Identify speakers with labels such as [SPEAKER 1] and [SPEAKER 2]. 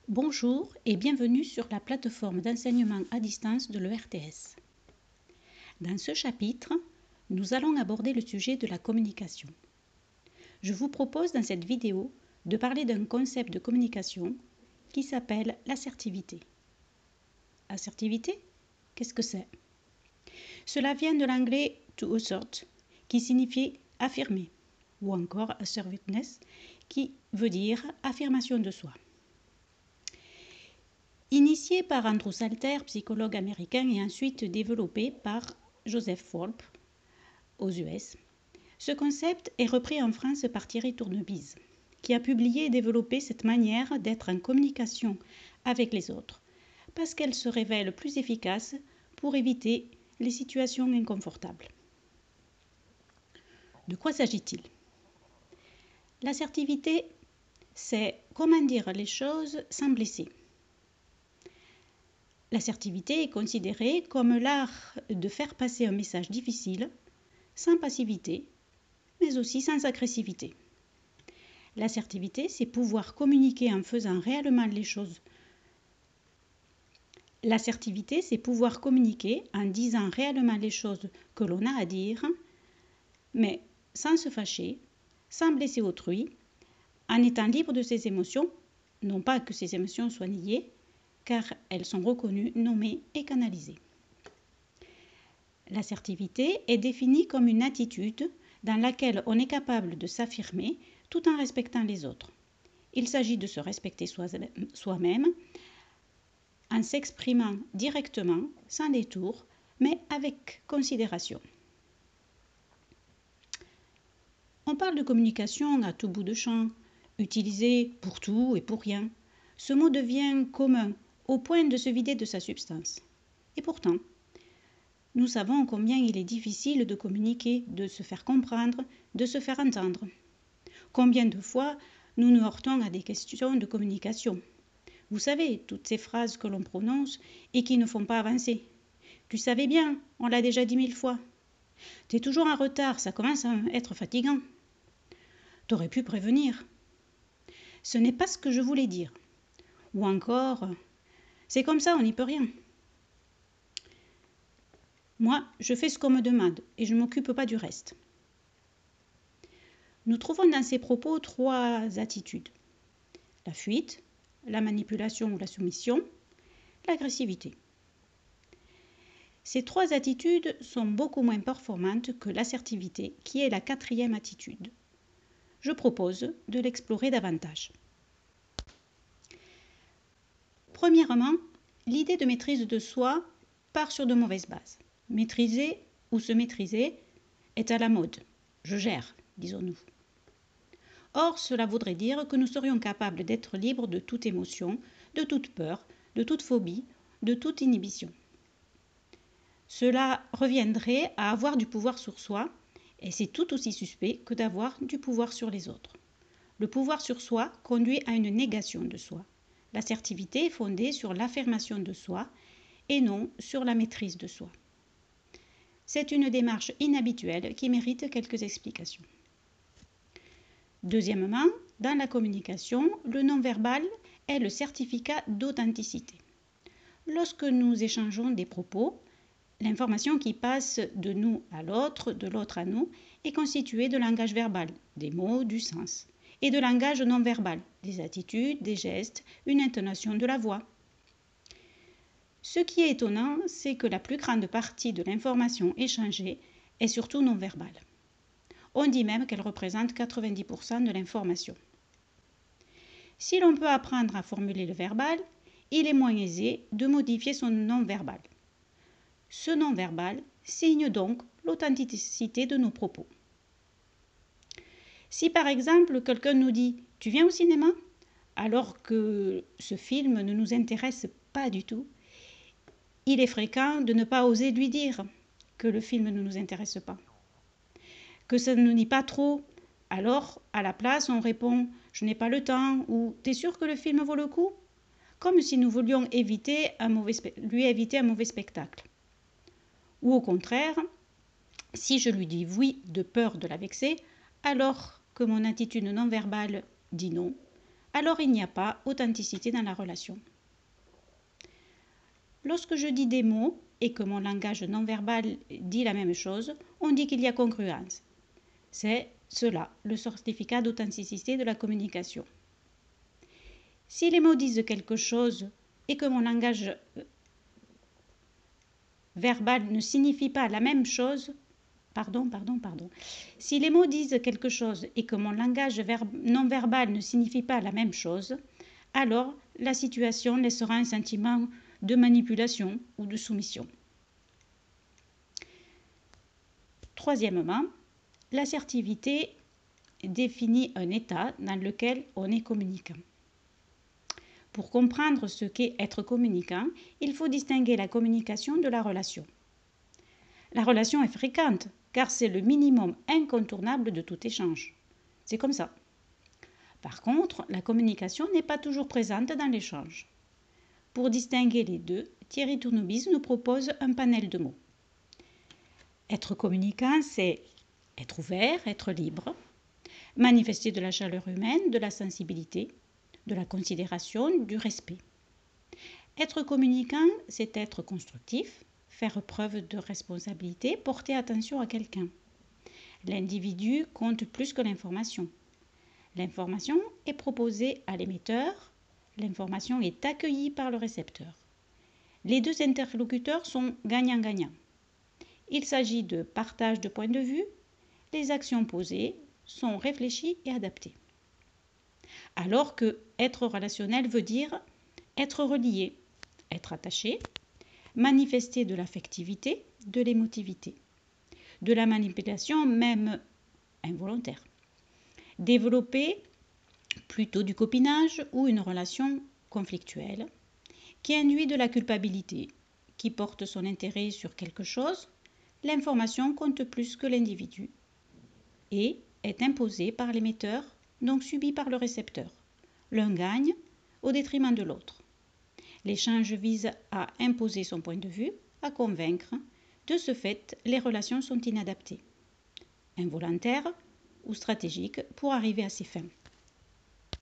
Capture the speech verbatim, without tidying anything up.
[SPEAKER 1] Bonjour et bienvenue sur la plateforme d'enseignement à distance de l'E R T S. Dans ce chapitre, nous allons aborder le sujet de la communication. Je vous propose dans cette vidéo de parler d'un concept de communication qui s'appelle l'assertivité. Assertivité, qu'est-ce que c'est? Cela vient de l'anglais to assert, qui signifie affirmer, ou encore assertiveness, qui veut dire affirmation de soi. Initié par Andrew Salter, psychologue américain, et ensuite développé par Joseph Fulp aux U S, ce concept est repris en France par Thierry Tournebise, qui a publié et développé cette manière d'être en communication avec les autres, parce qu'elle se révèle plus efficace pour éviter les situations inconfortables. De quoi s'agit-il? L'assertivité, c'est comment dire les choses sans blesser. L'assertivité est considérée comme l'art de faire passer un message difficile, sans passivité, mais aussi sans agressivité. L'assertivité, c'est pouvoir communiquer en faisant réellement les choses. L'assertivité, c'est pouvoir communiquer en disant réellement les choses que l'on a à dire, mais sans se fâcher, sans blesser autrui, en étant libre de ses émotions, non pas que ces émotions soient niées, car elles sont reconnues, nommées et canalisées. L'assertivité est définie comme une attitude dans laquelle on est capable de s'affirmer tout en respectant les autres. Il s'agit de se respecter soi-même en s'exprimant directement, sans détour, mais avec considération. On parle de communication à tout bout de champ, utilisé pour tout et pour rien. Ce mot devient commun au point de se vider de sa substance. Et pourtant, nous savons combien il est difficile de communiquer, de se faire comprendre, de se faire entendre. Combien de fois nous nous heurtons à des questions de communication. Vous savez, toutes ces phrases que l'on prononce et qui ne font pas avancer. Tu savais bien, on l'a déjà dit mille fois. T'es toujours en retard, ça commence à être fatigant. T'aurais pu prévenir. Ce n'est pas ce que je voulais dire. Ou encore, c'est comme ça, on n'y peut rien. Moi, je fais ce qu'on me demande et je ne m'occupe pas du reste. Nous trouvons dans ces propos trois attitudes. La fuite, la manipulation ou la soumission, l'agressivité. Ces trois attitudes sont beaucoup moins performantes que l'assertivité, qui est la quatrième attitude. Je propose de l'explorer davantage. Premièrement, l'idée de maîtrise de soi part sur de mauvaises bases. Maîtriser ou se maîtriser est à la mode. Je gère, disons-nous. Or, cela voudrait dire que nous serions capables d'être libres de toute émotion, de toute peur, de toute phobie, de toute inhibition. Cela reviendrait à avoir du pouvoir sur soi, et c'est tout aussi suspect que d'avoir du pouvoir sur les autres. Le pouvoir sur soi conduit à une négation de soi. L'assertivité est fondée sur l'affirmation de soi et non sur la maîtrise de soi. C'est une démarche inhabituelle qui mérite quelques explications. Deuxièmement, dans la communication, le non-verbal est le certificat d'authenticité. Lorsque nous échangeons des propos, l'information qui passe de nous à l'autre, de l'autre à nous, est constituée de langage verbal, des mots, du sens, et de langage non verbal, des attitudes, des gestes, une intonation de la voix. Ce qui est étonnant, c'est que la plus grande partie de l'information échangée est surtout non verbale. On dit même qu'elle représente quatre-vingt-dix pour cent de l'information. Si l'on peut apprendre à formuler le verbal, il est moins aisé de modifier son non-verbal. Ce non-verbal signe donc l'authenticité de nos propos. Si par exemple quelqu'un nous dit « Tu viens au cinéma ?» alors que ce film ne nous intéresse pas du tout, il est fréquent de ne pas oser lui dire que le film ne nous intéresse pas. Que ça ne nous dit pas trop, alors à la place on répond « Je n'ai pas le temps » ou « T'es sûr que le film vaut le coup ?» comme si nous voulions éviter un mauvais lui éviter un mauvais spectacle. Ou au contraire, si je lui dis oui de peur de la vexer, alors que mon attitude non verbale dit non, alors il n'y a pas authenticité dans la relation. Lorsque je dis des mots et que mon langage non verbal dit la même chose, on dit qu'il y a congruence. C'est cela, le certificat d'authenticité de la communication. Si les mots disent quelque chose et que mon langage verbal ne signifie pas la même chose, pardon, pardon, pardon. Si les mots disent quelque chose et que mon langage non verbal ne signifie pas la même chose, alors la situation laissera un sentiment de manipulation ou de soumission. Troisièmement, l'assertivité définit un état dans lequel on est communicant. Pour comprendre ce qu'est être communicant, il faut distinguer la communication de la relation. La relation est fréquente, car c'est le minimum incontournable de tout échange. C'est comme ça. Par contre, la communication n'est pas toujours présente dans l'échange. Pour distinguer les deux, Thierry Tournebise nous propose un panel de mots. Être communicant, c'est être ouvert, être libre, manifester de la chaleur humaine, de la sensibilité, de la considération, du respect. Être communicant, c'est être constructif, faire preuve de responsabilité, porter attention à quelqu'un. L'individu compte plus que l'information. L'information est proposée à l'émetteur, l'information est accueillie par le récepteur. Les deux interlocuteurs sont gagnant-gagnant. Il s'agit de partage de points de vue, les actions posées sont réfléchies et adaptées. Alors que être relationnel veut dire être relié, être attaché, manifester de l'affectivité, de l'émotivité, de la manipulation même involontaire, développer plutôt du copinage ou une relation conflictuelle qui induit de la culpabilité, qui porte son intérêt sur quelque chose, l'information compte plus que l'individu et est imposée par l'émetteur, donc subie par le récepteur. L'un gagne au détriment de l'autre. L'échange vise à imposer son point de vue, à convaincre. De ce fait, les relations sont inadaptées, involontaires ou stratégiques pour arriver à ses fins.